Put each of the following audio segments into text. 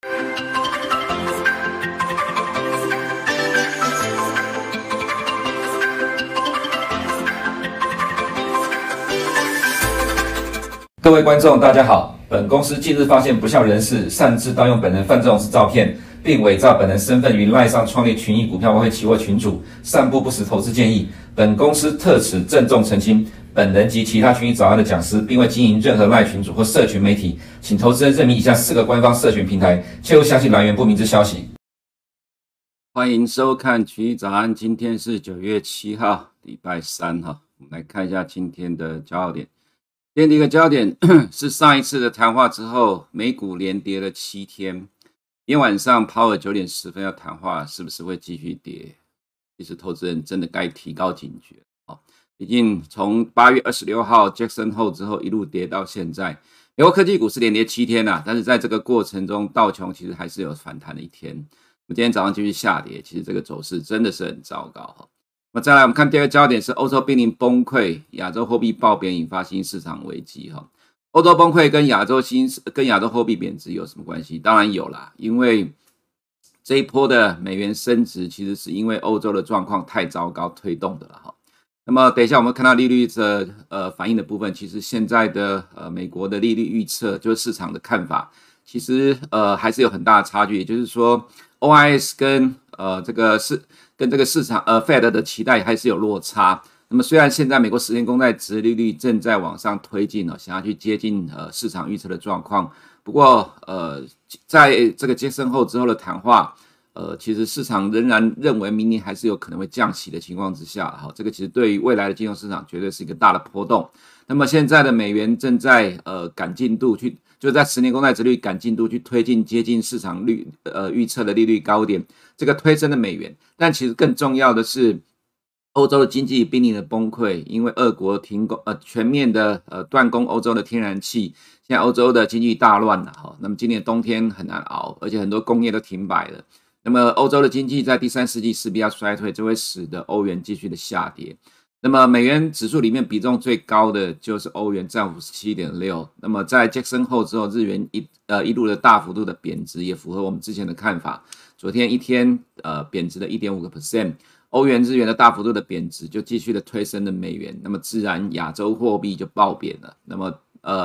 各位观众，大家好。本公司近日发现不肖人士擅自盗用本人范仲式照片，并伪造本人身份于 LINE 上创立群益股票外汇期货群组，散布不实投资建议。本公司特此郑重澄清，本人及其他群益早安的讲师，并未经营任何 LINE 群组或社群媒体，请投资人认明以下4个官方社群平台，切勿相信来源不明之消息。 欢迎收看群益早安，今天是9月7号，礼拜三哈。我们来看一下今天的焦点。今天的一个焦点是上一次的谈话之后，美股连跌了7天。今天晚上鲍尔9点10分要谈话，是不是会继续跌？其实投资人真的该提高警觉哦。毕竟从8月26号 Jackson Hole 之后一路跌到现在，美国科技股是连跌7天啦，但是在这个过程中，道琼其实还是有反弹的一天。我们今天早上继续下跌，其实这个走势真的是很糟糕哈。那再来，我们看第二个焦点是欧洲濒临崩溃，亚洲货币暴贬引发新兴市场危机哈。欧洲崩溃跟亚洲货币贬值有什么关系？当然有啦，因为这一波的美元升值其实是因为欧洲的状况太糟糕推动的啦哈。那么等一下我们看到利率的反应的部分，其实现在的美国的利率预测就是市场的看法，其实还是有很大的差距，也就是说 OIS 跟这个市场Fed 的期待还是有落差。那么虽然现在美国10年公债殖利率正在往上推进想要去接近市场预测的状况，不过在这个接升后之后的谈话，其实市场仍然认为明年还是有可能会降息的情况之下，这个其实对于未来的金融市场绝对是一个大的波动。那么现在的美元正在赶进度去，就在10年公债殖利率赶进度去推进接近市场预测的利率高点，这个推升的美元。但其实更重要的是，欧洲的经济濒临的崩溃，因为俄国全面的断供欧洲的天然气，现在欧洲的经济大乱了哈。那么今年冬天很难熬，而且很多工业都停摆了。那么欧洲的经济在第3世纪势必要衰退，就会使得欧元继续的下跌。那么美元指数里面比重最高的就是欧元，占 57.6%。那么在 Jackson Hole 之后，日元一路的大幅度的贬值，也符合我们之前的看法。昨天一天贬值了 1.5%， 欧元日元的大幅度的贬值就继续的推升了美元，那么自然亚洲货币就暴贬了。那么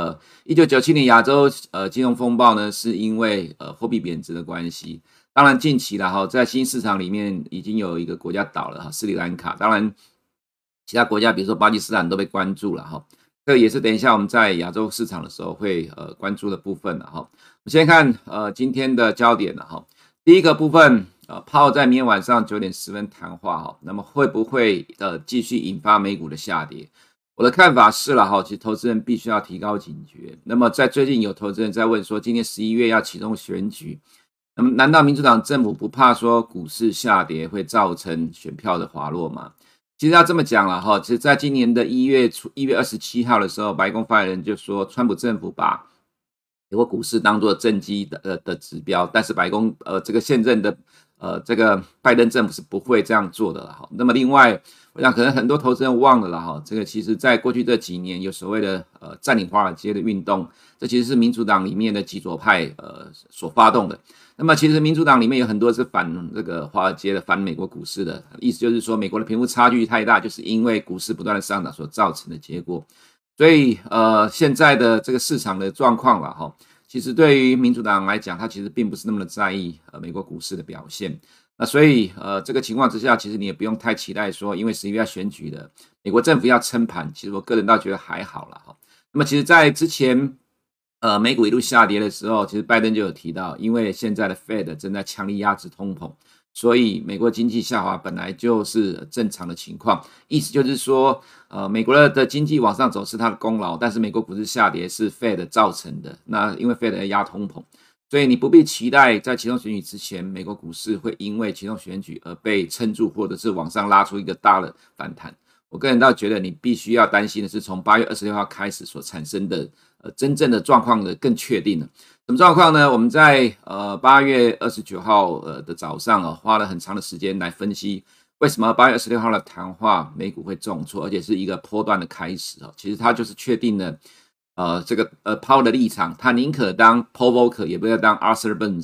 1997年亚洲金融风暴呢，是因为货币贬值的关系。当然近期啦在新市场里面已经有一个国家倒了斯里兰卡，当然其他国家比如说巴基斯坦都被关注了哈，这个也是等一下我们在亚洲市场的时候会关注的部分了哈。我们先看今天的焦点了哈。第一个部分鲍尔在明天晚上9点10分谈话哈，那么会不会继续引发美股的下跌？我的看法是了哈，其实投资人必须要提高警觉。那么在最近有投资人在问说，今年11月要启动选举，那么难道民主党政府不怕说股市下跌会造成选票的滑落吗？其实要这么讲了哈，其实在今年的1月27号的时候，白宫发言人就说，川普政府把美国股市当作政绩的指标，但是白宫这个现任的这个拜登政府是不会这样做的了哈。那么另外，我想可能很多投资人忘了了哈，这个其实在过去这几年有所谓的占领华尔街的运动，这其实是民主党里面的极左派所发动的。那么其实民主党里面有很多是反这个华尔街的、反美国股市的，意思就是说美国的贫富差距太大，就是因为股市不断的上涨所造成的结果。所以现在的这个市场的状况啦齁，其实对于民主党来讲，他其实并不是那么的在意美国股市的表现。那所以这个情况之下，其实你也不用太期待说，因为11月要选举的，美国政府要撑盘，其实我个人倒觉得还好啦齁。那么其实在之前美股一路下跌的时候，其实拜登就有提到，因为现在的 Fed 正在强力压制通膨，所以美国经济下滑本来就是正常的情况。意思就是说美国的经济往上走是它的功劳，但是美国股市下跌是 Fed 造成的。那因为 Fed 要压通膨，所以你不必期待在启动选举之前，美国股市会因为启动选举而被撑住，或者是往上拉出一个大的反弹。我个人倒觉得你必须要担心的是从8月26号开始所产生的真正的状况的更确定了。什么状况呢？我们在8月29号的早上花了很长的时间来分析为什么8月26号的谈话美股会重挫，而且是一个波段的开始。其实它就是确定了这个Powell 的立场，他宁可当 Paul Volcker 也不要当 Arthur Burns。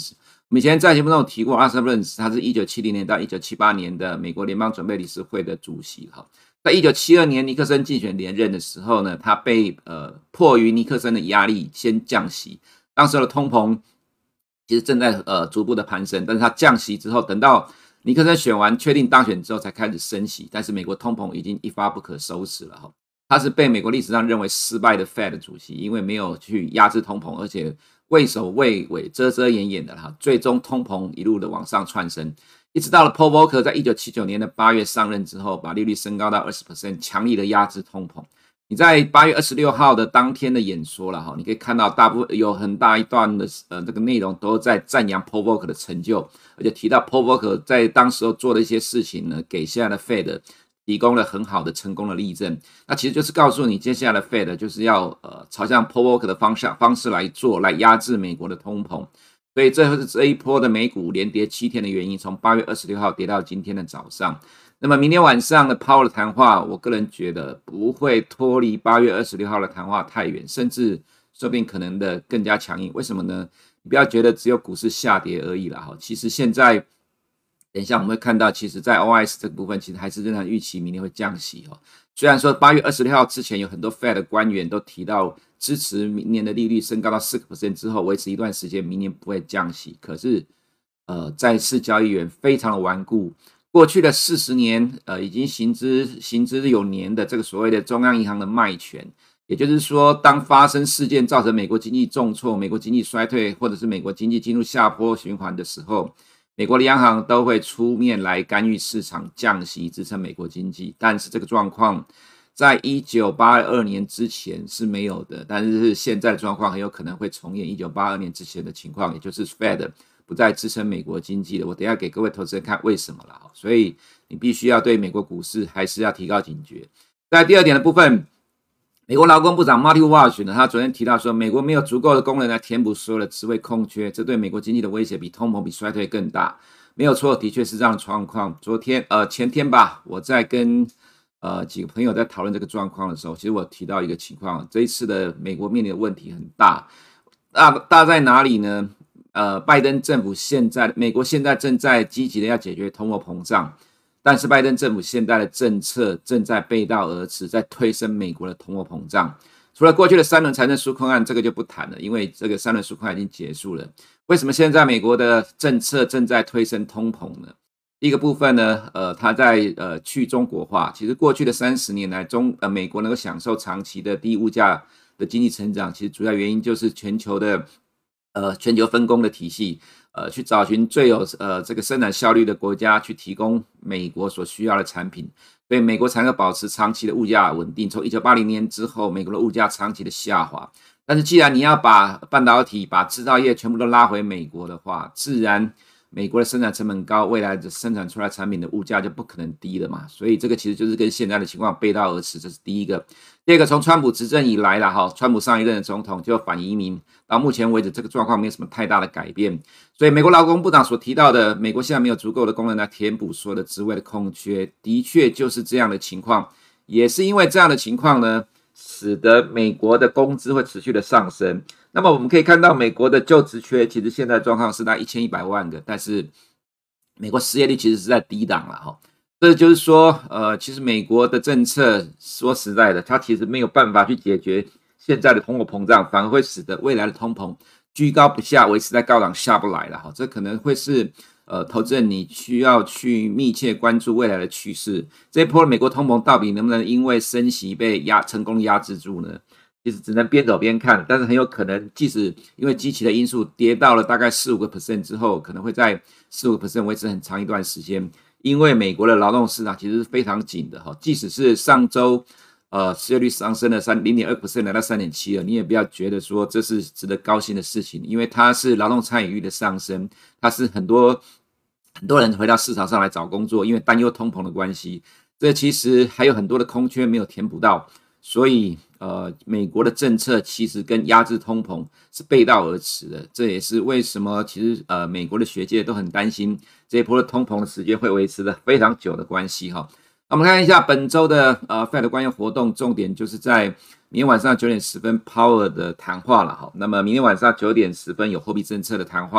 我们以前在节目中有提过 Arthur Burns， 他是1970年到1978年的美国联邦准备理事会的主席。在1972年尼克森竞选连任的时候呢，他被迫于尼克森的压力先降息。当时的通膨其实正在逐步的攀升，但是他降息之后，等到尼克森选完确定当选之后才开始升息，但是美国通膨已经一发不可收拾了。他是被美国历史上认为失败的 Fed 主席，因为没有去压制通膨，而且畏首畏尾、遮遮掩掩的，最终通膨一路的往上窜升，一直到了 Paul Volcker 在1979年的8月上任之后，把利率升高到 20%， 强力的压制通膨。你在8月26号的当天的演说了，你可以看到大部分有很大一段的这个内容都在赞扬 Paul Volcker 的成就，而且提到 Paul Volcker 在当时候做的一些事情呢，给现在的 Fed 提供了很好的成功的例证。那其实就是告诉你，接下来的 Fed 就是要朝向 Paul Volcker 的方式来做，来压制美国的通膨。所以这是这一波的美股连跌7天的原因，从8月26号跌到今天的早上。那么明天晚上的 Powell 的谈话，我个人觉得不会脱离8月26号的谈话太远，甚至说不定可能的更加强硬。为什么呢？你不要觉得只有股市下跌而已啦。其实现在等一下我们会看到，其实在 OIS 这个部分其实还是仍然预期明年会降息。虽然说8月26号之前有很多 Fed 的官员都提到支持明年的利率升高到 4% 之后维持一段时间，明年不会降息。可是债市交易员非常的顽固，过去的40年已经行之有年的这个所谓的中央银行的卖权，也就是说，当发生事件造成美国经济重挫、美国经济衰退，或者是美国经济进入下坡循环的时候，美国的央行都会出面来干预市场降息，支撑美国经济。但是这个状况在1982年之前是没有的，但是现在的状况很有可能会重演1982年之前的情况，也就是 Fed 不再支撑美国经济了。我等一下给各位投资人看为什么啦。所以你必须要对美国股市还是要提高警觉。在第二点的部分，美国劳工部长 Marty Walsh 呢，他昨天提到说，美国没有足够的工人来填补所有的职位空缺，这对美国经济的威胁比通膨、比衰退更大。没有错，的确是这样的状况。前天吧，我在跟几个朋友在讨论这个状况的时候，其实我提到一个情况，这一次的美国面临的问题很大，大在哪里呢？拜登政府美国现在正在积极的要解决通货膨胀，但是拜登政府现在的政策正在背道而驰，在推升美国的通货膨胀。除了过去的3轮财政纾困案，这个就不谈了，因为这个3轮纾困案已经结束了。为什么现在美国的政策正在推升通膨呢？第一个部分呢，它在去中国化。其实过去的30年来，美国能够享受长期的低物价的经济成长，其实主要原因就是全球分工的体系，去找寻最有这个生产效率的国家，去提供美国所需要的产品，所以美国才能保持长期的物价稳定。从1980年之后，美国的物价长期的下滑。但是既然你要把半导体、把制造业全部都拉回美国的话，自然美国的生产成本高，未来的生产出来产品的物价就不可能低了嘛。所以这个其实就是跟现在的情况背道而驰，这是第一个。第二个，从川普执政以来啦，川普上一任的总统就反移民，到目前为止这个状况没有什么太大的改变。所以美国劳工部长所提到的，美国现在没有足够的工人来填补所有的职位的空缺，的确就是这样的情况。也是因为这样的情况呢，使得美国的工资会持续的上升。那么我们可以看到，美国的就职缺其实现在的状况是在1100万个，但是美国失业率其实是在低档了。这就是说，其实美国的政策说实在的，它其实没有办法去解决现在的通货膨胀，反而会使得未来的通膨居高不下，维持在高档下不来了。这可能会是投资人你需要去密切关注未来的趋势。这一波美国通膨到底能不能因为升息被成功压制住呢？其实只能边走边看，但是很有可能，即使因为基期的因素跌到了大概4-5% 之后，可能会在4-5% 维持很长一段时间。因为美国的劳动市场其实是非常紧的，即使是上周失业率上升了 0.2% 来到 3.7 了，你也不要觉得说这是值得高兴的事情，因为它是劳动参与率的上升，它是很多人回到市场上来找工作，因为担忧通膨的关系，这其实还有很多的空缺没有填补到，所以美国的政策其实跟压制通膨是背道而驰的，这也是为什么其实美国的学界都很担心这一波的通膨的时间会维持的非常久的关系哈。我们看一下本周的Fed 官员活动，重点就是在明天晚上9点10分 Powell 的谈话了哈。那么明天晚上9点10分有货币政策的谈话，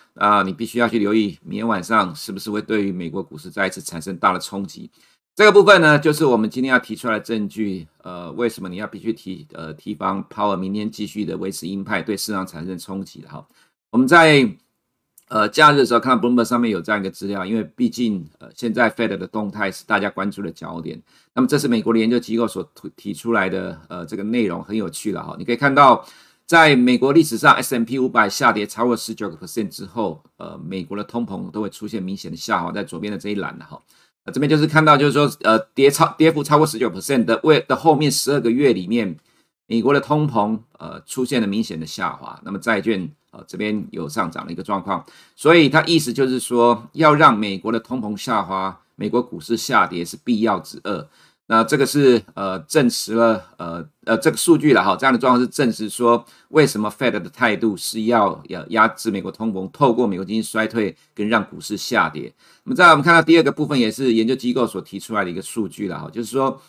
你必须要去留意明天晚上是不是会对于美国股市再一次产生大的冲击。这个部分呢，就是我们今天要提出来的证据。为什么你要必须提防鲍尔明天继续的维持鹰派，对市场产生冲击的哈？我们在假日的时候看到 Bloomberg 上面有这样一个资料，因为毕竟现在 Fed 的动态是大家关注的焦点。那么这是美国的研究机构所提出来的这个内容很有趣了哈。你可以看到，在美国历史上 S&P 500下跌超过 19% 之后，美国的通膨都会出现明显的下滑，在左边的这一栏哈。这边就是看到，就是说，跌幅超过 19% 的后面12个月里面，美国的通膨出现了明显的下滑，那么债券这边有上涨的一个状况，所以它意思就是说，要让美国的通膨下滑，美国股市下跌是必要之恶。那这个是证实了这个数据了哈，这样的状况是证实说为什么 Fed 的态度是要压制美国通膨，透过美国经济衰退跟让股市下跌。那么再来我们看到第二个部分，也是研究机构所提出来的一个数据了哈，就是说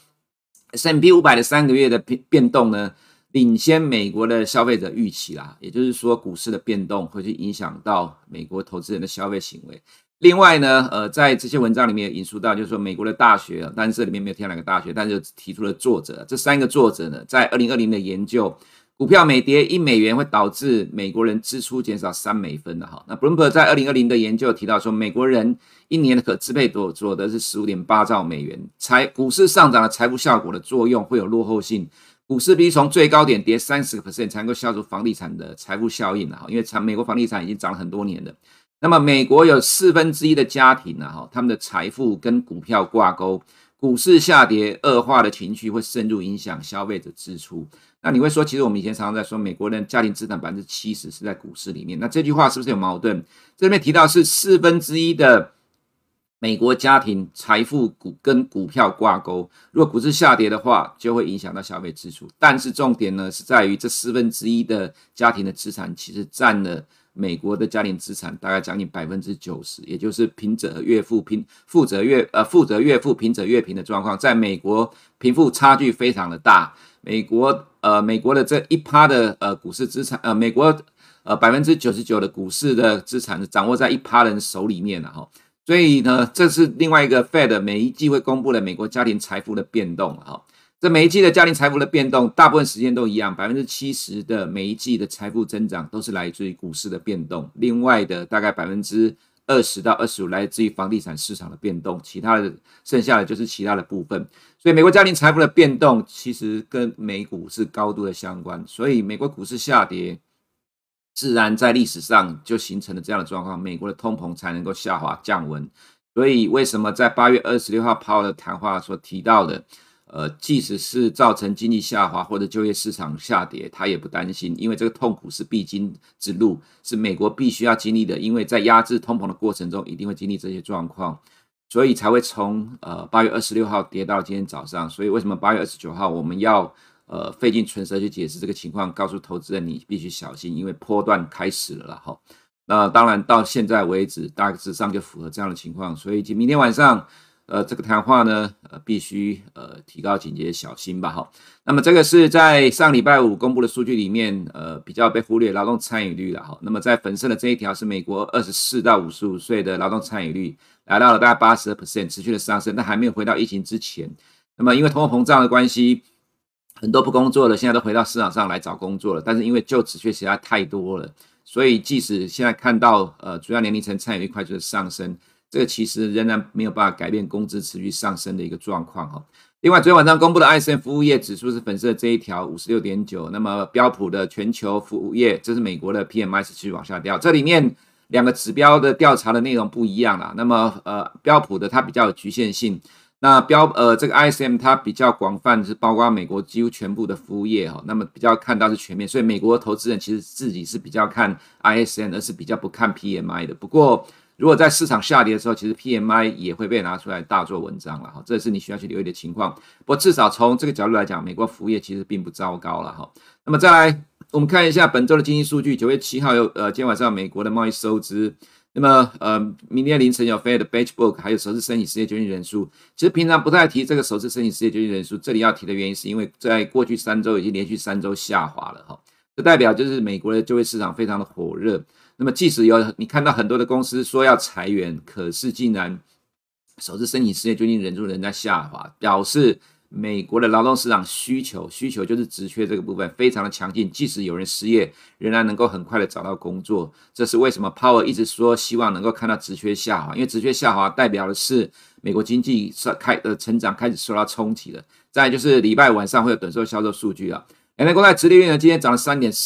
S&P 500的3个月的变动呢，领先美国的消费者预期啦，也就是说股市的变动会去影响到美国投资人的消费行为。另外呢，在这些文章里面引述到，就是说美国的大学，但是这里面没有提到哪个大学，但是提出了作者，这3个作者呢，在2020的研究，股票每跌1美元会导致美国人支出减少3美分的哈。那 Bloomberg 在2020的研究提到说，美国人一年的可支配所得是 15.8 兆美元，股市上涨的财富效果的作用会有落后性。股市必须从最高点跌 30% 才能够消除房地产的财富效应因为美国房地产已经涨了很多年了。那么美国有1/4的家庭他们的财富跟股票挂钩，股市下跌，恶化的情绪会深入影响消费者支出。那你会说，其实我们以前常常在说，美国人家庭资产 70% 是在股市里面，那这句话是不是有矛盾？这边提到是1/4的美国家庭财富跟股票挂钩，如果股市下跌的话，就会影响到消费支出。但是重点呢是在于这1/4的家庭的资产其实占了美国的家庭资产大概将近 90%， 也就是贫者越富，富者越富，贫者越贫的状况，在美国贫富差距非常的大。美国的这 1% 的股市资产，美国99% 的股市的资产掌握在 1% 人手里面了所以呢，这是另外一个 Fed 每一季会公布的美国家庭财富的变动这每一季的家庭财富的变动，大部分时间都一样 70% 的每一季的财富增长都是来自于股市的变动，另外的大概 20% 到 25% 来自于房地产市场的变动，其他的剩下的就是其他的部分。所以美国家庭财富的变动其实跟美股是高度的相关，所以美国股市下跌，自然在历史上就形成了这样的状况，美国的通膨才能够下滑降温。所以为什么在8月26号鲍尔的谈话所提到的即使是造成经济下滑或者就业市场下跌，他也不担心，因为这个痛苦是必经之路，是美国必须要经历的，因为在压制通膨的过程中一定会经历这些状况，所以才会从8月26号跌到今天早上。所以为什么8月29号我们要费尽唇舌去解释这个情况，告诉投资人你必须小心，因为波段开始了啦那当然到现在为止大致上就符合这样的情况，所以明天晚上这个谈话呢必须提高警戒小心吧那么这个是在上礼拜五公布的数据里面比较被忽略劳动参与率啦那么在粉色的这一条是美国24到55岁的劳动参与率来到了大概 80% 持续的上升，但还没有回到疫情之前。那么因为通货膨胀的关系，很多不工作的现在都回到市场上来找工作了，但是因为就职缺实在太多了，所以即使现在看到主要年龄层参与率快速的上升，这个其实仍然没有办法改变工资持续上升的一个状况另外昨天晚上公布的 ISM 服务业指数是粉色这一条 56.9， 那么标普的全球服务业，这是美国的 PMI 是持续往下掉，这里面两个指标的调查的内容不一样啦。那么标普的它比较有局限性，那这个 ISM 它比较广泛，是包括美国几乎全部的服务业那么比较看到是全面，所以美国投资人其实自己是比较看 ISM， 而是比较不看 PMI 的。不过如果在市场下跌的时候，其实 PMI 也会被拿出来大做文章了这是你需要去留意的情况。不过至少从这个角度来讲，美国服务业其实并不糟糕了那么再来我们看一下本周的经济数据，9月7号有今天晚上美国的贸易收支，那么明天凌晨有 Fed 的 Beige Book， 还有首次申请失业救济人数。其实平常不太提这个首次申请失业救济人数，这里要提的原因是因为在过去3周已经连续3周下滑了这代表就是美国的就业市场非常的火热。 那么即使你看到很多的公司说要裁员，可是竟然首次申请失业救济人数仍在下滑，表示美国的劳动市场需求就是职缺这个部分非常的强劲，即使有人失业，仍然能够很快的找到工作。这是为什么 Powell 一直说希望能够看到职缺下滑，因为职缺下滑代表的是美国经济成长开始受到冲击了。再来就是礼拜晚上会有短售销售数据啊。美国公债殖利率呢，今天涨了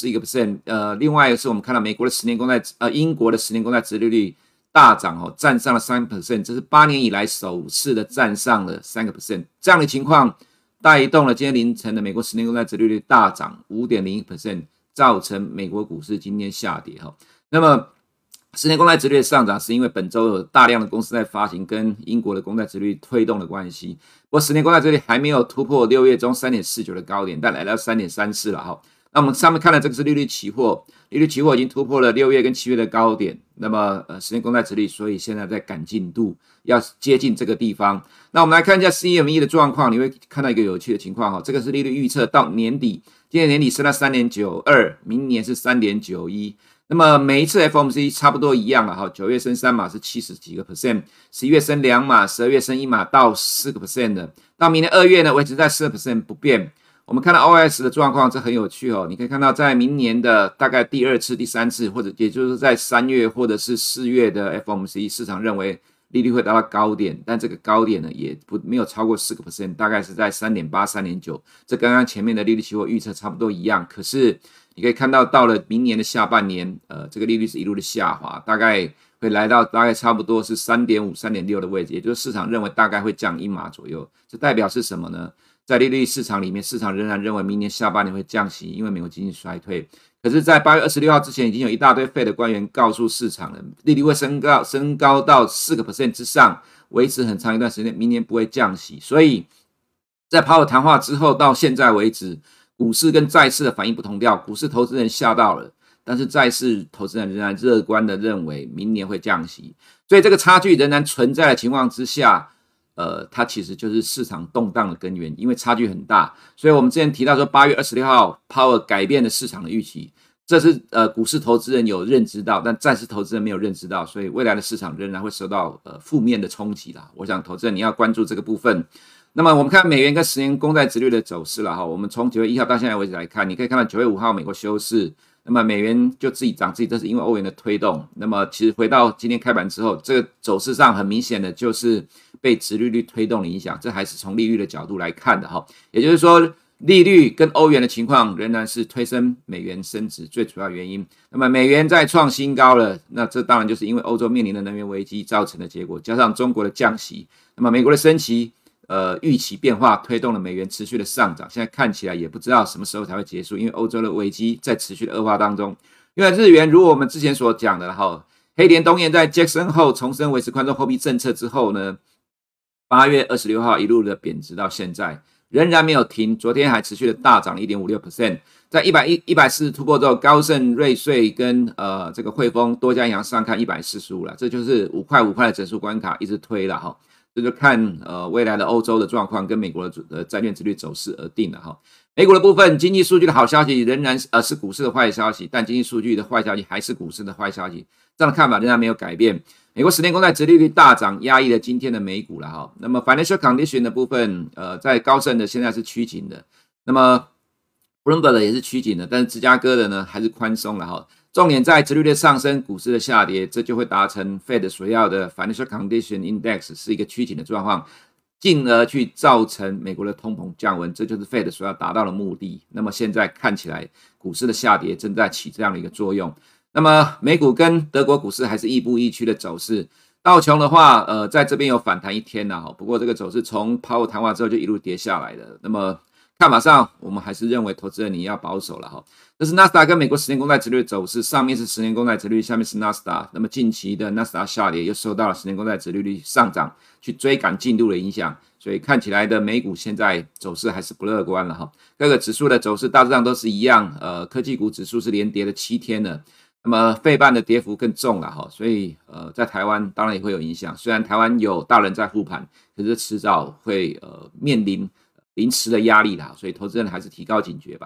3.41%。另外是我们看到美国的10年公债，英国的10年公债殖利率大涨站上了 3%， 这是8年以来首次的站上了 3%。这样的情况带动了今天凌晨的美国10年公债殖利率大涨 5.01%， 造成美国股市今天下跌。那么10年公债殖利率上涨是因为本周有大量的公司在发行，跟英国的公债殖利率推动的关系。不过10年公债殖利率还没有突破6月中 3.49 的高点，但来到 3.34 了。那我们上面看的这个是利率期货，利率期货已经突破了6月跟7月的高点。那么10年公债殖利率，所以现在在赶进度，要接近这个地方。那我们来看一下 CME 的状况，你会看到一个有趣的情况。这个是利率预测到年底，今年年底是在 3.92， 明年是 3.91。那么每一次 FOMC 差不多一样了，9月升3码是70几个 percent，11月升2码，12月升1码到4个 percent 的，到明年2月呢维持在4% 不变。我们看到 OS 的状况，这很有趣你可以看到在明年的大概第2次、第3次，或者也就是在3月或者是4月的 FOMC， 市场认为利率会达到高点，但这个高点呢也没有超过4个 percent， 大概是在 3.8、3.9， 这刚刚前面的利率期货预测差不多一样。可是你可以看到到了明年的下半年，这个利率是一路的下滑，大概会来到大概差不多是 3.5、3.6 的位置，也就是市场认为大概会降1码左右。这代表是什么呢？在利率市场里面，市场仍然认为明年下半年会降息，因为美国经济衰退。可是在8月26号之前，已经有一大堆 Fed 的官员告诉市场了，利率会升高到4个 percent 之上，维持很长一段时间，明年不会降息。所以在Powell谈话之后到现在为止，股市跟债市的反应不同调，股市投资人吓到了，但是债市投资人仍然乐观的认为明年会降息。所以这个差距仍然存在的情况之下，它其实就是市场动荡的根源，因为差距很大。所以我们之前提到说8月26号 Powell 改变了市场的预期，这是股市投资人有认知到，但债市投资人没有认知到，所以未来的市场仍然会受到负面的冲击啦。我想投资人你要关注这个部分。那么我们看美元跟10年公债殖利率的走势了我们从9月1号到现在为止来看，你可以看到9月5号美国休市，那么美元就自己涨自己，这是因为欧元的推动。那么其实回到今天开盘之后，这个走势上很明显的就是被殖利率推动的影响，这还是从利率的角度来看的也就是说利率跟欧元的情况仍然是推升美元升值最主要原因。那么美元再创新高了，那这当然就是因为欧洲面临的能源危机造成的结果，加上中国的降息，那么美国的升息预期变化推动了美元持续的上涨，现在看起来也不知道什么时候才会结束，因为欧洲的危机在持续的恶化当中。因为日元如我们之前所讲的黑田东彦在 Jackson 后重申维持宽松货币政策之后呢，8月26号一路的贬值到现在仍然没有停，昨天还持续的大涨了 1.56%， 在140突破之后，高盛、瑞穗跟这个汇丰多家银行上看145了，这就是5块的整数关卡一直推了这就看未来的欧洲的状况跟美国的债券殖利率走势而定了美股的部分，经济数据的好消息仍然是股市的坏消息，但经济数据的坏消息还是股市的坏消息，这样的看法仍然没有改变。美国10年公债殖利率大涨，压抑了今天的美股了那么 financial condition 的部分，在高盛的现在是趋紧的，那么 Bloomberg 的也是趋紧的，但是芝加哥的呢还是宽松了重点在殖利率上升，股市的下跌，这就会达成 Fed 所要的 financial condition index 是一个趋紧的状况，进而去造成美国的通膨降温，这就是 Fed 所要达到的目的。那么现在看起来股市的下跌正在起这样的一个作用。那么美股跟德国股市还是亦步亦趋的走势。道琼的话在这边有反弹一天不过这个走势从Powell谈话之后就一路跌下来了。那么看法上我们还是认为投资人你要保守了这是纳斯达克跟美国10年公债殖利率走势，上面是10年公债殖利率，下面是纳斯达。那么近期的纳斯达下跌又受到了10年公债殖利率上涨去追赶进度的影响，所以看起来的美股现在走势还是不乐观了各个指数的走势大致上都是一样科技股指数是连跌了7天了，那么费半的跌幅更重了所以在台湾当然也会有影响，虽然台湾有大人在护盘，可是迟早会面临临时的压力啦，所以投资人还是提高警觉吧。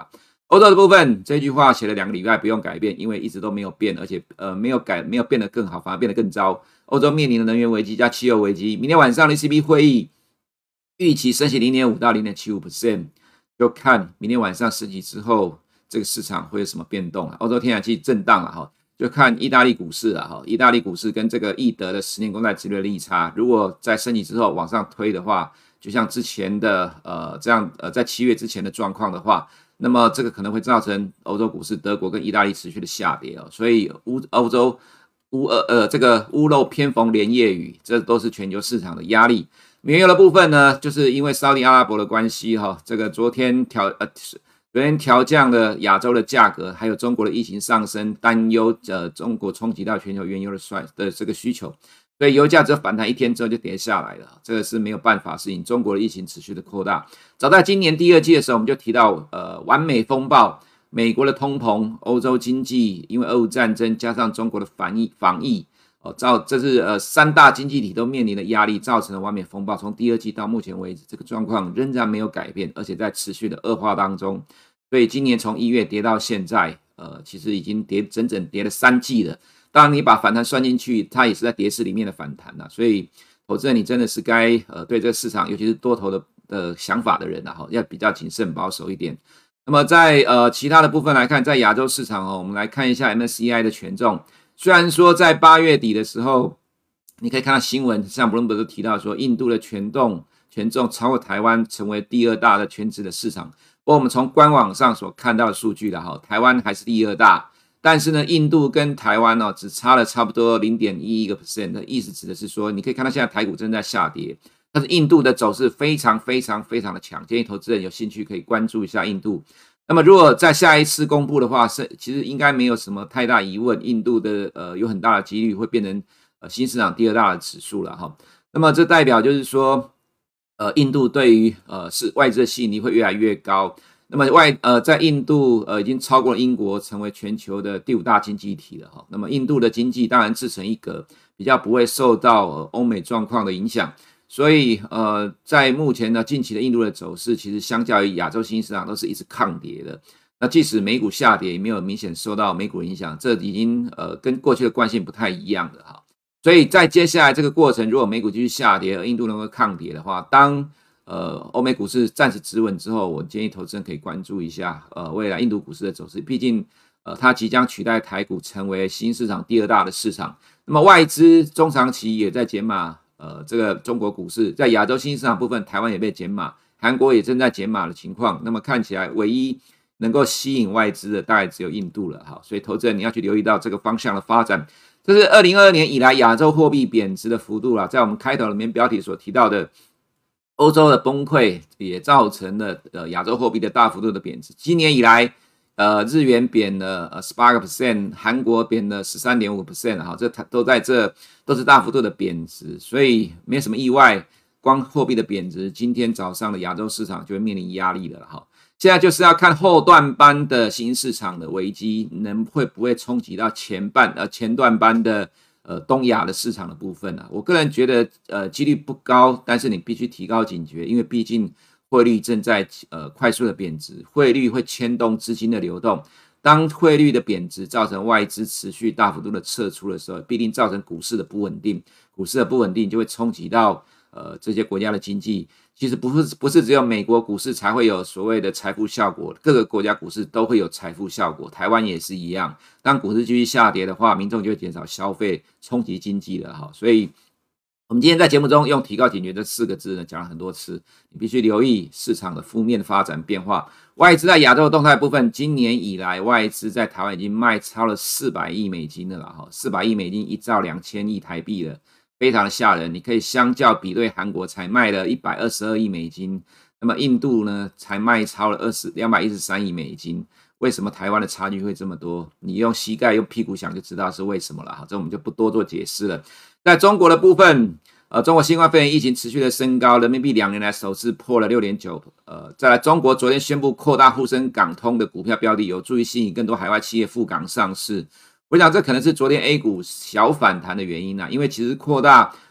欧洲的部分，这句话写了2个礼拜不用改变，因为一直都没有变，而且没有变得更好，反而变得更糟。欧洲面临的能源危机加汽油危机，明天晚上的 ECB 会议预期升息 0.5 到 0.75%， 就看明天晚上升息之后这个市场会有什么变动。欧洲天然气震荡了哈，就看意大利股市了哈，意大利股市跟这个易德的10年公债殖利率利差，如果在升息之后往上推的话，就像之前的在7月之前的状况的话。那么这个可能会造成欧洲股市、德国跟意大利持续的下跌哦，所以欧洲这个屋漏偏逢连夜雨，这都是全球市场的压力。原油的部分呢，就是因为沙特阿拉伯的关系哈，这个昨天调降了亚洲的价格，还有中国的疫情上升，担忧中国冲击到全球原油的这个需求。所以油价只反弹1天之后就跌下来了，这个是没有办法适应中国的疫情持续的扩大。早在今年第2季的时候，我们就提到完美风暴，美国的通膨，欧洲经济因为俄乌战争加上中国的防疫，这是3大经济体都面临的压力，造成了完美风暴。从第2季到目前为止，这个状况仍然没有改变，而且在持续的恶化当中。所以今年从1月跌到现在，其实已经整整跌了3季了。当然，你把反弹算进去，它也是在跌势里面的反弹所以，投资人你真的是该对这个市场，尤其是多头的想法的人要比较谨慎保守一点。那么在其他的部分来看，在亚洲市场我们来看一下 MSCI 的权重。虽然说在8月底的时候，你可以看到新闻，像 Bloomberg 都提到说，印度的权重超过台湾，成为第2大的权值的市场。不过我们从官网上所看到的数据台湾还是第2大。但是呢，印度跟台湾只差了差不多 0.11% 的意思，指的是说，你可以看到现在台股正在下跌，但是印度的走势非常非常非常的强，建议投资人有兴趣可以关注一下印度。那么如果在下一次公布的话，其实应该没有什么太大疑问，印度的有很大的几率会变成新市场第2大的指数了哈。那么这代表就是说，印度对于是外资的吸引力会越来越高。那么在印度已经超过了英国，成为全球的第5大经济体了哈。那么印度的经济当然自成一格，比较不会受到欧美状况的影响。所以在目前呢，近期的印度的走势，其实相较于亚洲新兴市场都是一直抗跌的。那即使美股下跌，也没有明显受到美股的影响，这已经跟过去的惯性不太一样的哈。所以在接下来这个过程，如果美股继续下跌，而印度能够抗跌的话，当欧美股市暂时止稳之后，我建议投资人可以关注一下未来印度股市的走势，毕竟它即将取代台股成为新市场第2大的市场。那么外资中长期也在减码这个中国股市，在亚洲新市场部分，台湾也被减码，韩国也正在减码的情况。那么看起来唯一能够吸引外资的大概只有印度了哈，所以投资人你要去留意到这个方向的发展。这是2022年以来亚洲货币贬值的幅度啦，在我们开头里面标题所提到的。欧洲的崩溃也造成了亚洲货币的大幅度的贬值。今年以来，日元贬了18%，韩国贬了13.5%，哈，这都是大幅度的贬值，所以没什么意外。光货币的贬值，今天早上的亚洲市场就会面临压力了哈。现在就是要看后段班的新市场的危机会不会冲击到前段班的。东亚的市场的部分我个人觉得几率不高，但是你必须提高警觉，因为毕竟汇率正在快速的贬值，汇率会牵动资金的流动。当汇率的贬值造成外资持续大幅度的撤出的时候，必定造成股市的不稳定，股市的不稳定就会冲击到这些国家的经济。其实不是只有美国股市才会有所谓的财富效果，各个国家股市都会有财富效果，台湾也是一样。当股市继续下跌的话，民众就会减少消费，冲击经济了哈。所以我们今天在节目中用提高警觉这4个字呢讲了很多次，你必须留意市场的负面发展变化。外资在亚洲的动态部分，今年以来外资在台湾已经卖超了400亿美金了啦哈，400亿美金1兆2000亿台币了。非常的吓人，你可以相较比对韩国才卖了122亿美金，那么印度呢才卖超了213亿美金。为什么台湾的差距会这么多？你用膝盖用屁股想就知道是为什么了，这我们就不多做解释了。在中国的部分，中国新冠肺炎疫情持续的升高，人民币2年来首次破了 6.9。再来，中国昨天宣布扩大沪深港通的股票标的，有助于吸引更多海外企业赴港上市。我想这可能是昨天 A 股小反弹的原因因为其实扩大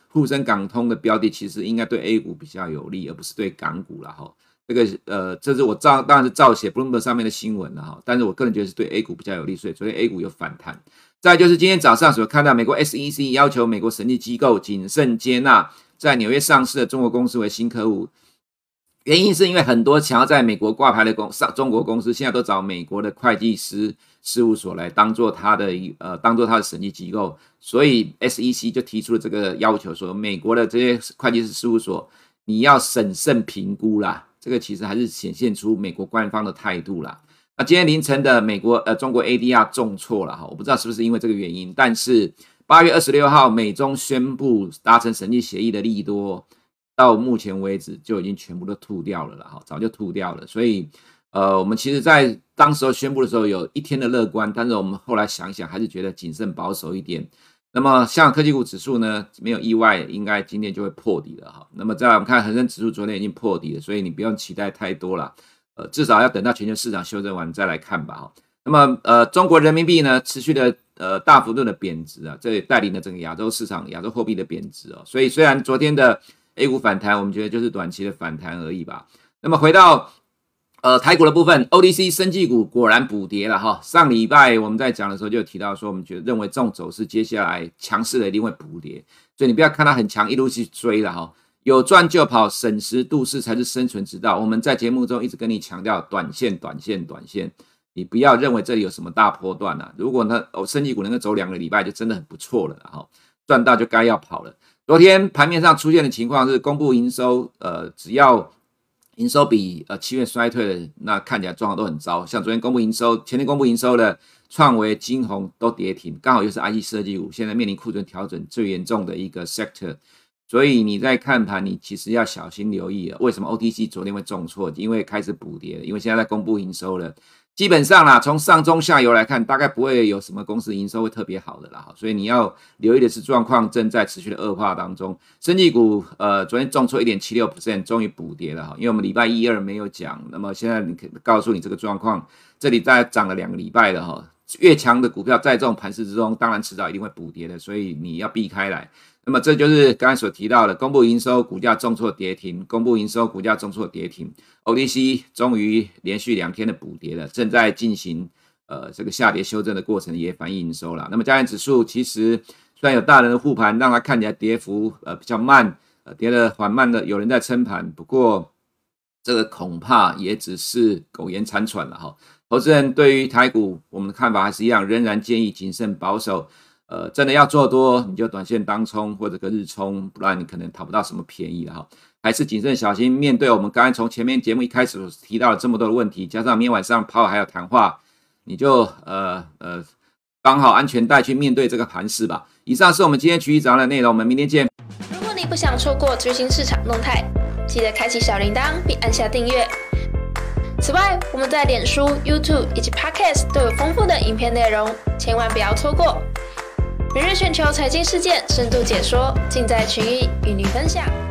沪深港通的标的，其实应该对 A 股比较有利，而不是对港股啦齁。这个这是我当然是照写 Bloomberg 上面的新闻了齁，但是我个人觉得是对 A 股比较有利，所以昨天 A 股有反弹。再来就是今天早上所看到美国 SEC 要求美国审计机构谨慎接纳在纽约上市的中国公司为新客户，原因是因为很多想要在美国挂牌的中国公司现在都找美国的会计师事务所来当做他的审计机构，所以 SEC 就提出了这个要求，说美国的这些会计师事务所你要审慎评估啦，这个其实还是显现出美国官方的态度啦。那今天凌晨的中国 ADR 重挫了，我不知道是不是因为这个原因，但是8月26号美中宣布达成审计协议的利多，到目前为止就已经全部都吐掉了啦，早就吐掉了。所以我们其实在当时候宣布的时候有一天的乐观，但是我们后来想一想还是觉得谨慎保守一点。那么像科技股指数呢，没有意外应该今天就会破底了。那么再来我们看恒生指数昨天已经破底了，所以你不用期待太多了。至少要等到全球市场修正完再来看吧。那么中国人民币呢持续的大幅度的贬值啊，这也带领了整个亚洲市场亚洲货币的贬值哦。所以虽然昨天的 A 股反弹，我们觉得就是短期的反弹而已吧。那么回到台股的部分 ，OTC 生技股果然补跌了哈。上礼拜我们在讲的时候就有提到说，我们认为这种走势接下来强势的一定会补跌，所以你不要看它很强一路去追了哈。有赚就跑，审时度势才是生存之道。我们在节目中一直跟你强调，短线，你不要认为这里有什么大波段啊。如果生技股能够走2个礼拜，就真的很不错了，然后赚到就该要跑了。昨天盘面上出现的情况是，公布营收，只要营收比7月衰退的，那看起来状况都很糟。像昨天公布营收，前天公布营收的创惟、金鸿都跌停，刚好又是 IC 设计股，现在面临库存调整最严重的一个 sector。所以你在看盘，你其实要小心留意了。为什么 OTC 昨天会重挫？因为开始补跌了，因为现在在公布营收了。基本上啦，从上中下游来看，大概不会有什么公司营收会特别好的啦。所以你要留意的是状况正在持续的恶化当中。生技股昨天重挫 1.76%， 终于补跌了，因为我们礼拜1、2没有讲。那么现在你告诉你这个状况，这里大概涨了2个礼拜了，越强的股票在这种盘势之中，当然迟早一定会补跌的，所以你要避开来。那么这就是刚才所提到的，公布营收股价重挫跌停，公布营收股价重挫跌停 ，OTC 终于连续2天的补跌了，正在进行这个下跌修正的过程，也反映营收了。那么加权指数其实虽然有大人的护盘，让它看起来跌幅比较慢，跌得缓慢的，有人在撑盘，不过这个恐怕也只是苟延残喘了哈。投资人对于台股我们的看法还是一样，仍然建议谨慎保守。真的要做多，你就短线当冲或者隔日冲，不然你可能讨不到什么便宜了哈。还是谨慎小心，面对我们刚才从前面节目一开始所提到的这么多的问题，加上明天晚上Powell还有谈话，你就绑好安全带去面对这个盘势吧。以上是我们今天群益早上的内容，我们明天见。 如果你不想错过最新市场动态，记得开启小铃铛并按下订阅。此外，我们在脸书、YouTube 以及 Podcast 都有丰富的影片内容，千万不要错过。每日全球财经事件深度解说，尽在群益与你分享。